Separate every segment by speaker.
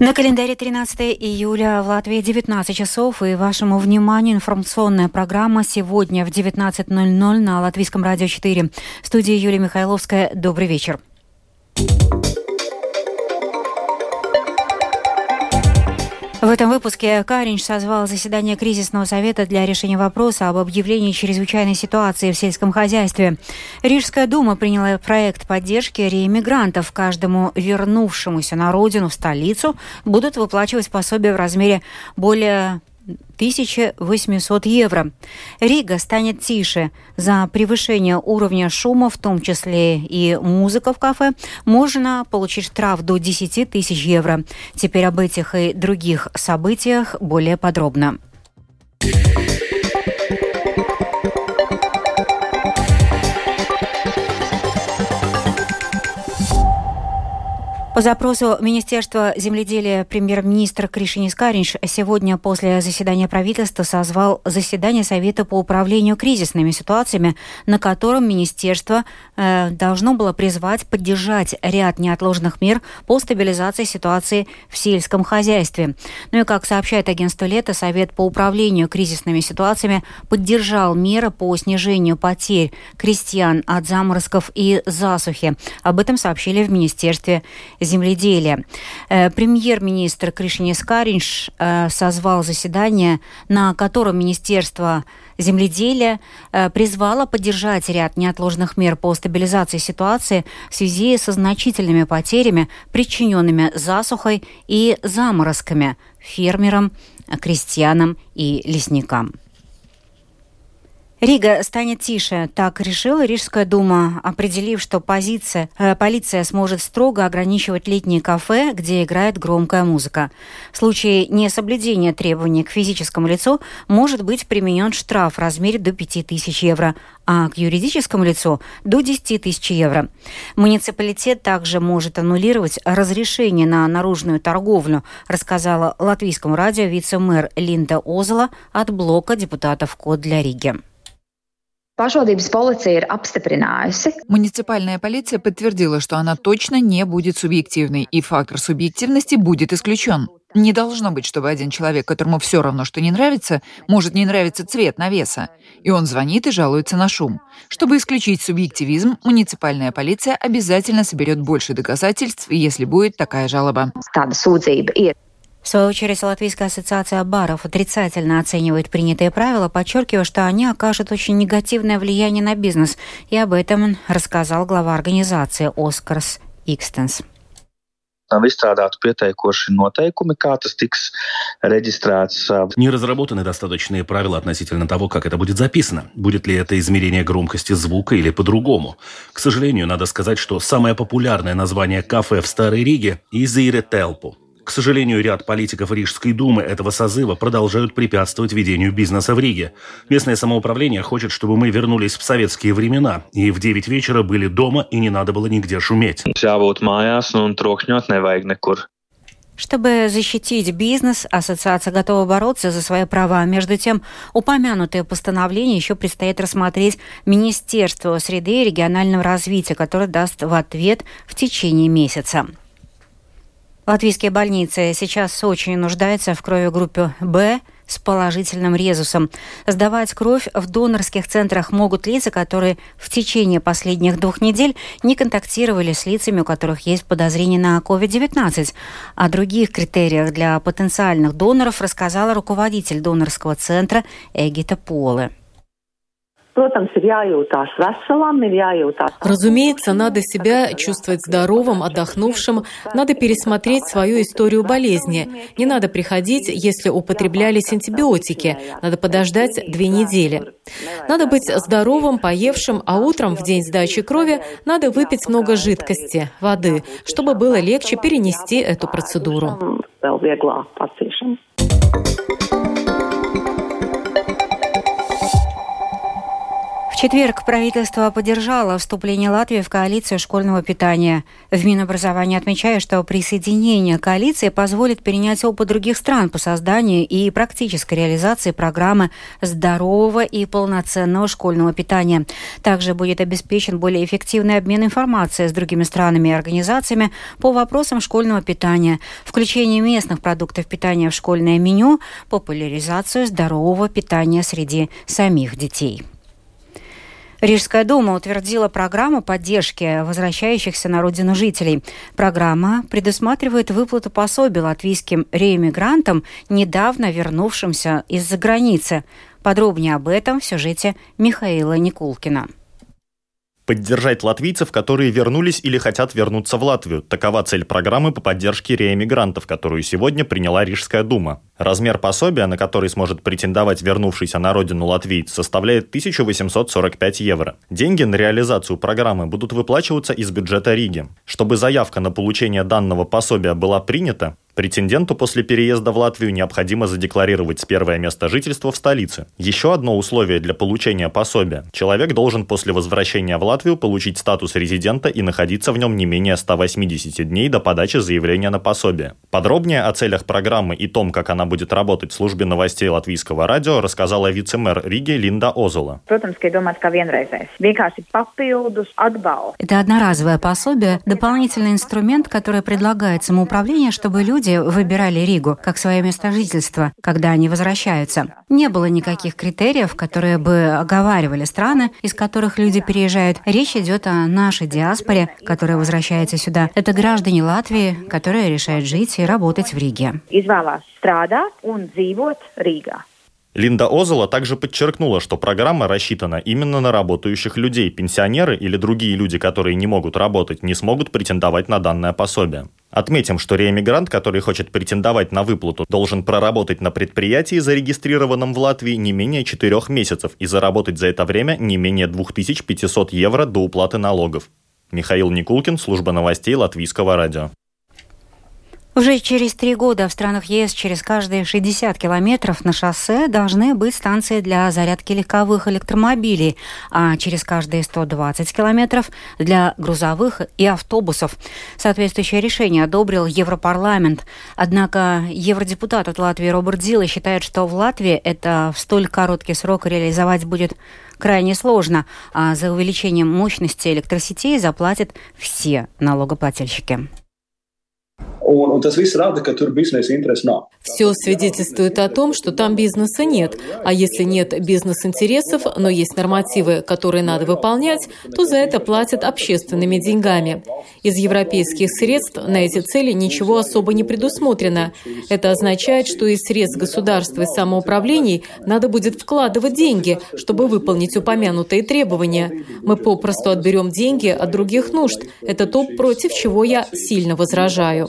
Speaker 1: На календаре 13 июля, в Латвии 19 часов, и вашему вниманию информационная программа сегодня в 19:00 на Латвийском радио 4. В студии Юлия Михайловская. Добрый вечер. В этом выпуске Каринш созвал заседание кризисного совета для решения вопроса об объявлении чрезвычайной ситуации в сельском хозяйстве. Рижская дума приняла проект поддержки реэмигрантов. Каждому вернувшемуся на родину, в столицу, будут выплачивать пособие в размере более 1800 евро. Рига станет тише. За превышение уровня шума, в том числе и музыка в кафе, можно получить штраф до 10 тысяч евро. Теперь об этих и других событиях более подробно. По запросу Министерства земледелия премьер-министр Кришинис Каринш сегодня после заседания правительства созвал заседание Совета по управлению кризисными ситуациями, на котором министерство должно было призвать поддержать ряд неотложных мер по стабилизации ситуации в сельском хозяйстве. Ну и, как сообщает агентство Лето, Совет по управлению кризисными ситуациями поддержал меры по снижению потерь крестьян от заморозков и засухи. Об этом сообщили в Министерстве земледелия. Премьер-министр Кришинис Каринш созвал заседание, на котором Министерство земледелия призвало поддержать ряд неотложных мер по стабилизации ситуации в связи со значительными потерями, причиненными засухой и заморозками фермерам, крестьянам и лесникам. Рига станет тише. Так решила Рижская дума, определив, что полиция сможет строго ограничивать летние кафе, где играет громкая музыка. В случае несоблюдения требований к физическому лицу может быть применен штраф в размере до 5000 евро, а к юридическому лицу до 10 тысяч евро. Муниципалитет также может аннулировать разрешение на наружную торговлю, рассказала Латвийскому радио вице-мэр Линда Озола от блока депутатов «Код для Риги».
Speaker 2: Муниципальная полиция подтвердила, что она точно не будет субъективной, и фактор субъективности будет исключен. Не должно быть, чтобы один человек, которому все равно, что не нравится, может не нравиться цвет навеса, и он звонит и жалуется на шум. Чтобы исключить субъективизм, муниципальная полиция обязательно соберет больше доказательств, если будет такая жалоба.
Speaker 1: В свою очередь, Латвийская ассоциация баров отрицательно оценивает принятые правила, подчеркивая, что они окажут очень негативное влияние на бизнес. И об этом рассказал глава организации Оскарс Икстенс.
Speaker 3: Не разработаны достаточные правила относительно того, как это будет записано. Будет ли это измерение громкости звука или по-другому. К сожалению, надо сказать, что самое популярное название кафе в Старой Риге – Изире Телпу. К сожалению, ряд политиков Рижской думы этого созыва продолжают препятствовать ведению бизнеса в Риге. Местное самоуправление хочет, чтобы мы вернулись в советские времена и в 9 вечера были дома и не надо было нигде шуметь.
Speaker 1: Чтобы защитить бизнес, ассоциация готова бороться за свои права. Между тем, упомянутое постановление еще предстоит рассмотреть Министерству среды и регионального развития, которое даст в ответ в течение месяца. Латвийские больницы сейчас очень нуждаются в крови группы «Б» с положительным резусом. Сдавать кровь в донорских центрах могут лица, которые в течение последних 2 недель не контактировали с лицами, у которых есть подозрение на COVID-19. О других критериях для потенциальных доноров рассказала руководитель донорского центра Эгита Поле.
Speaker 4: Разумеется, надо себя чувствовать здоровым, отдохнувшим, надо пересмотреть свою историю болезни. Не надо приходить, если употреблялись антибиотики, надо подождать 2 недели. Надо быть здоровым, поевшим, а утром в день сдачи крови надо выпить много жидкости, воды, чтобы было легче перенести эту процедуру.
Speaker 1: В четверг правительство поддержало вступление Латвии в коалицию школьного питания. В Минобразовании отмечают, что присоединение к коалиции позволит перенять опыт других стран по созданию и практической реализации программы здорового и полноценного школьного питания. Также будет обеспечен более эффективный обмен информацией с другими странами и организациями по вопросам школьного питания, включение местных продуктов питания в школьное меню, популяризацию здорового питания среди самих детей. Рижская дума утвердила программу поддержки возвращающихся на родину жителей. Программа предусматривает выплату пособий латвийским реэмигрантам, недавно вернувшимся из-за границы. Подробнее об этом в сюжете Михаила Никулкина.
Speaker 5: Поддержать латвийцев, которые вернулись или хотят вернуться в Латвию. Такова цель программы по поддержке реэмигрантов, которую сегодня приняла Рижская дума. Размер пособия, на который сможет претендовать вернувшийся на родину латвиец, составляет 1845 евро. Деньги на реализацию программы будут выплачиваться из бюджета Риги. Чтобы заявка на получение данного пособия была принята, претенденту после переезда в Латвию необходимо задекларировать первое место жительства в столице. Еще одно условие для получения пособия. Человек должен после возвращения в Латвию получить статус резидента и находиться в нем не менее 180 дней до подачи заявления на пособие. Подробнее о целях программы и том, как она будет работать в службе новостей Латвийского радио, рассказала вице-мэр Риги Линда Озола.
Speaker 1: Это одноразовое пособие, дополнительный инструмент, который предлагает самоуправление, чтобы люди выбирали Ригу как свое место жительства, когда они возвращаются. Не было никаких критериев, которые бы оговаривали страны, из которых люди переезжают. Речь идет о нашей диаспоре, которая возвращается сюда. Это граждане Латвии, которые решают жить и работать в Риге.
Speaker 5: Линда Озола также подчеркнула, что программа рассчитана именно на работающих людей. Пенсионеры или другие люди, которые не могут работать, не смогут претендовать на данное пособие. Отметим, что реэмигрант, который хочет претендовать на выплату, должен проработать на предприятии, зарегистрированном в Латвии, не менее 4 месяцев и заработать за это время не менее 2500 евро до уплаты налогов. Михаил Никулкин, служба новостей Латвийского радио.
Speaker 1: Уже через 3 года в странах ЕС через каждые 60 километров на шоссе должны быть станции для зарядки легковых электромобилей, а через каждые 120 километров для грузовых и автобусов. Соответствующее решение одобрил Европарламент. Однако евродепутат от Латвии Роберт Зиле считает, что в Латвии это в столь короткий срок реализовать будет крайне сложно, а за увеличение мощности электросетей заплатят все налогоплательщики.
Speaker 4: Все свидетельствует о том, что там бизнеса нет. А если нет бизнес-интересов, но есть нормативы, которые надо выполнять, то за это платят общественными деньгами. Из европейских средств на эти цели ничего особо не предусмотрено. Это означает, что из средств государства и самоуправлений надо будет вкладывать деньги, чтобы выполнить упомянутые требования. Мы попросту отберем деньги от других нужд. Это то, против чего я сильно возражаю.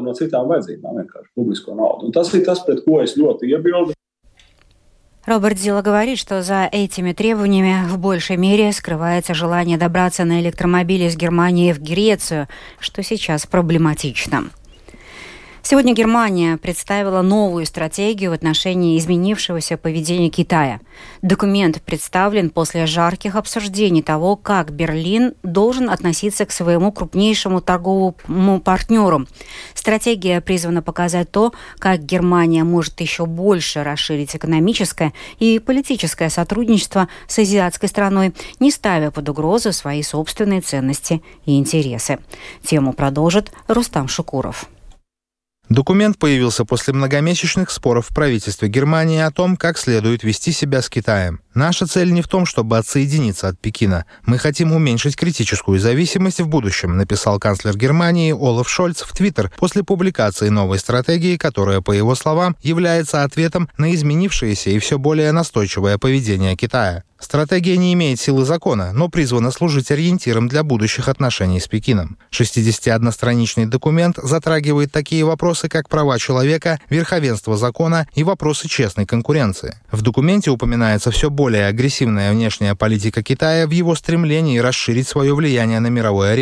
Speaker 1: Роберт Зила говорит, что за этими требованиями в большей мере скрывается желание добраться на электромобиле из Германии в Грецию, что сейчас проблематично. Сегодня Германия представила новую стратегию в отношении изменившегося поведения Китая. Документ представлен после жарких обсуждений того, как Берлин должен относиться к своему крупнейшему торговому партнеру. Стратегия призвана показать то, как Германия может еще больше расширить экономическое и политическое сотрудничество с азиатской страной, не ставя под угрозу свои собственные ценности и интересы. Тему продолжит Рустам Шукуров.
Speaker 6: Документ появился после многомесячных споров в правительстве Германии о том, как следует вести себя с Китаем. Наша цель не в том, чтобы отсоединиться от Пекина. Мы хотим уменьшить критическую зависимость в будущем, написал канцлер Германии Олаф Шольц в Твиттер после публикации новой стратегии, которая, по его словам, является ответом на изменившееся и все более настойчивое поведение Китая. Стратегия не имеет силы закона, но призвана служить ориентиром для будущих отношений с Пекином. 61-страничный документ затрагивает такие вопросы, как права человека, верховенство закона и вопросы честной конкуренции. В документе упоминается все более агрессивная внешняя политика Китая в его стремлении расширить свое влияние на мировой арене.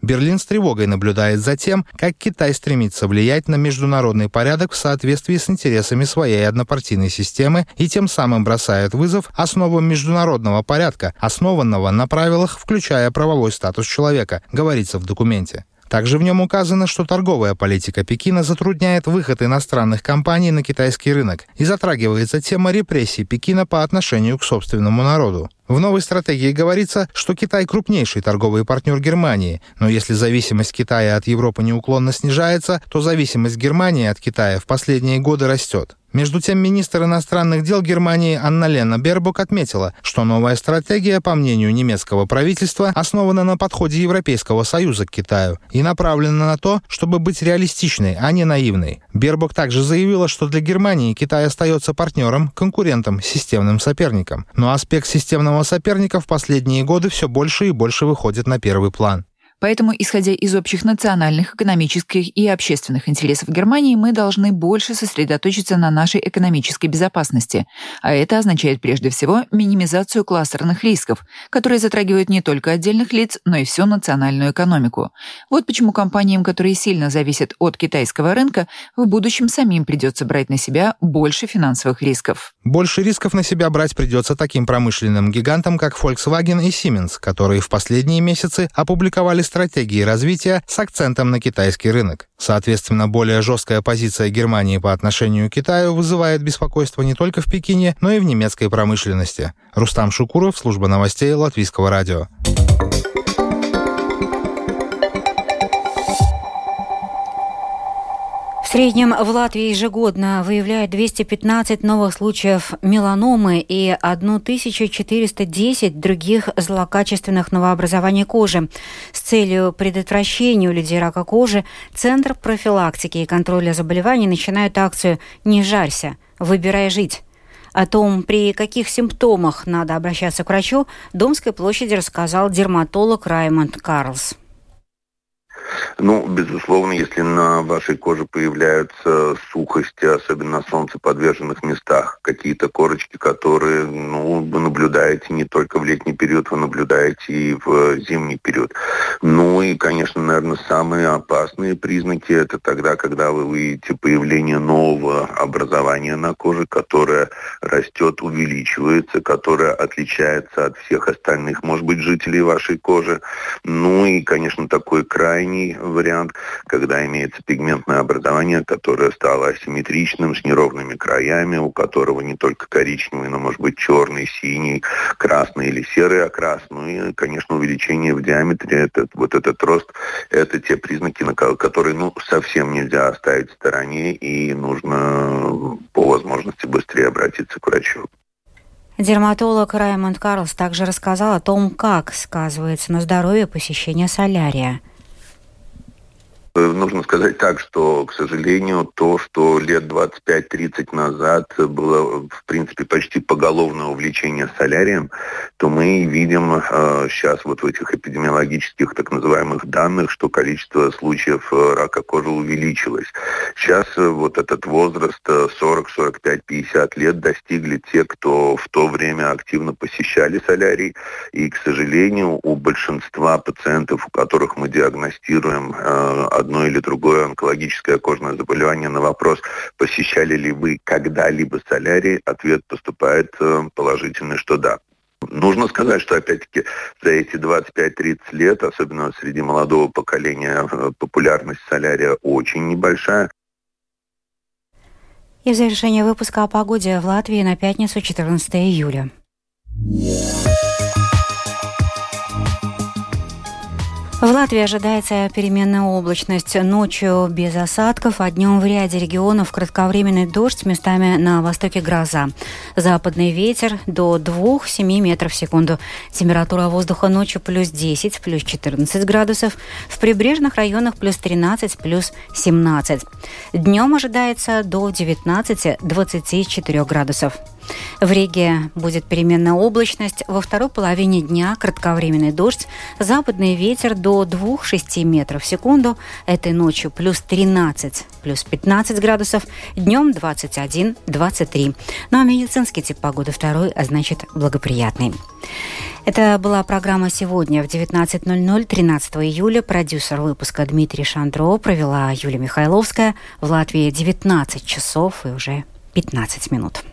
Speaker 6: Берлин с тревогой наблюдает за тем, как Китай стремится влиять на международный порядок в соответствии с интересами своей однопартийной системы и тем самым бросает вызов основам международного порядка, основанного на правилах, включая правовой статус человека, говорится в документе. Также в нем указано, что торговая политика Пекина затрудняет выход иностранных компаний на китайский рынок и затрагивается тема репрессий Пекина по отношению к собственному народу. В новой стратегии говорится, что Китай крупнейший торговый партнер Германии, но если зависимость Китая от Европы неуклонно снижается, то зависимость Германии от Китая в последние годы растет. Между тем, министр иностранных дел Германии Анна-Лена Бербок отметила, что новая стратегия, по мнению немецкого правительства, основана на подходе Европейского Союза к Китаю и направлена на то, чтобы быть реалистичной, а не наивной. Бербок также заявила, что для Германии Китай остается партнером, конкурентом, системным соперником. Но аспект системного соперника в последние годы все больше и больше выходит на первый план.
Speaker 2: Поэтому, исходя из общих национальных, экономических и общественных интересов Германии, мы должны больше сосредоточиться на нашей экономической безопасности. А это означает прежде всего минимизацию кластерных рисков, которые затрагивают не только отдельных лиц, но и всю национальную экономику. Вот почему компаниям, которые сильно зависят от китайского рынка, в будущем самим придется брать на себя больше финансовых рисков.
Speaker 6: Больше рисков на себя брать придется таким промышленным гигантам, как Volkswagen и Siemens, которые в последние месяцы опубликовали стратегии развития с акцентом на китайский рынок. Соответственно, более жесткая позиция Германии по отношению к Китаю вызывает беспокойство не только в Пекине, но и в немецкой промышленности. Рустам Шукуров, служба новостей Латвийского радио.
Speaker 1: В среднем в Латвии ежегодно выявляют 215 новых случаев меланомы и 1410 других злокачественных новообразований кожи. С целью предотвращения у людей рака кожи Центр профилактики и контроля заболеваний начинает акцию «Не жарься, выбирай жить». О том, при каких симптомах надо обращаться к врачу, в Домской площади рассказал дерматолог Раймонд Карлс.
Speaker 7: Безусловно, если на вашей коже появляются сухости, особенно на солнцеподверженных местах, какие-то корочки, которые, вы наблюдаете не только в летний период, вы наблюдаете и в зимний период. И, конечно, наверное, самые опасные признаки – это тогда, когда вы увидите появление нового образования на коже, которое растет, увеличивается, которое отличается от всех остальных, может быть, жителей вашей кожи. И, конечно, такой крайний вариант, когда имеется пигментное образование, которое стало асимметричным, с неровными краями, у которого не только коричневый, но может быть черный, синий, красный или серый окрас. И, конечно, увеличение в диаметре, этот рост, это те признаки, которые совсем нельзя оставить в стороне, и нужно по возможности быстрее обратиться к врачу.
Speaker 1: Дерматолог Раймонд Карлс также рассказал о том, как сказывается на здоровье посещение солярия.
Speaker 7: Нужно сказать так, что, к сожалению, то, что лет 25-30 назад было, в принципе, почти поголовное увлечение солярием, то мы видим сейчас в этих эпидемиологических так называемых данных, что количество случаев рака кожи увеличилось. Сейчас этот возраст 40, 45, 50 лет достигли те, кто в то время активно посещали солярий. И, к сожалению, у большинства пациентов, у которых мы диагностируем одно или другое онкологическое кожное заболевание, на вопрос, посещали ли вы когда-либо солярий, ответ поступает положительный, что да. Нужно сказать, что, опять-таки, за эти 25-30 лет, особенно среди молодого поколения, популярность солярия очень небольшая.
Speaker 1: И в завершение выпуска о погоде в Латвии на пятницу, 14 июля. В Латвии ожидается переменная облачность. Ночью без осадков, а днем в ряде регионов кратковременный дождь, местами на востоке гроза. Западный ветер до 2-7 метров в секунду. Температура воздуха ночью плюс 10, плюс 14 градусов. В прибрежных районах плюс 13, плюс 17. Днем ожидается до 19-24 градусов. В Риге будет переменная облачность. Во второй половине дня кратковременный дождь. Западный ветер до 2-6 метров в секунду. Этой ночью плюс 13, плюс 15 градусов. Днем 21-23. Ну а медицинский тип погоды второй, а значит благоприятный. Это была программа «Сегодня» в 19:00 13 июля. Продюсер выпуска Дмитрий Шандро, провела Юлия Михайловская. В Латвии 19 часов и уже 15 минут.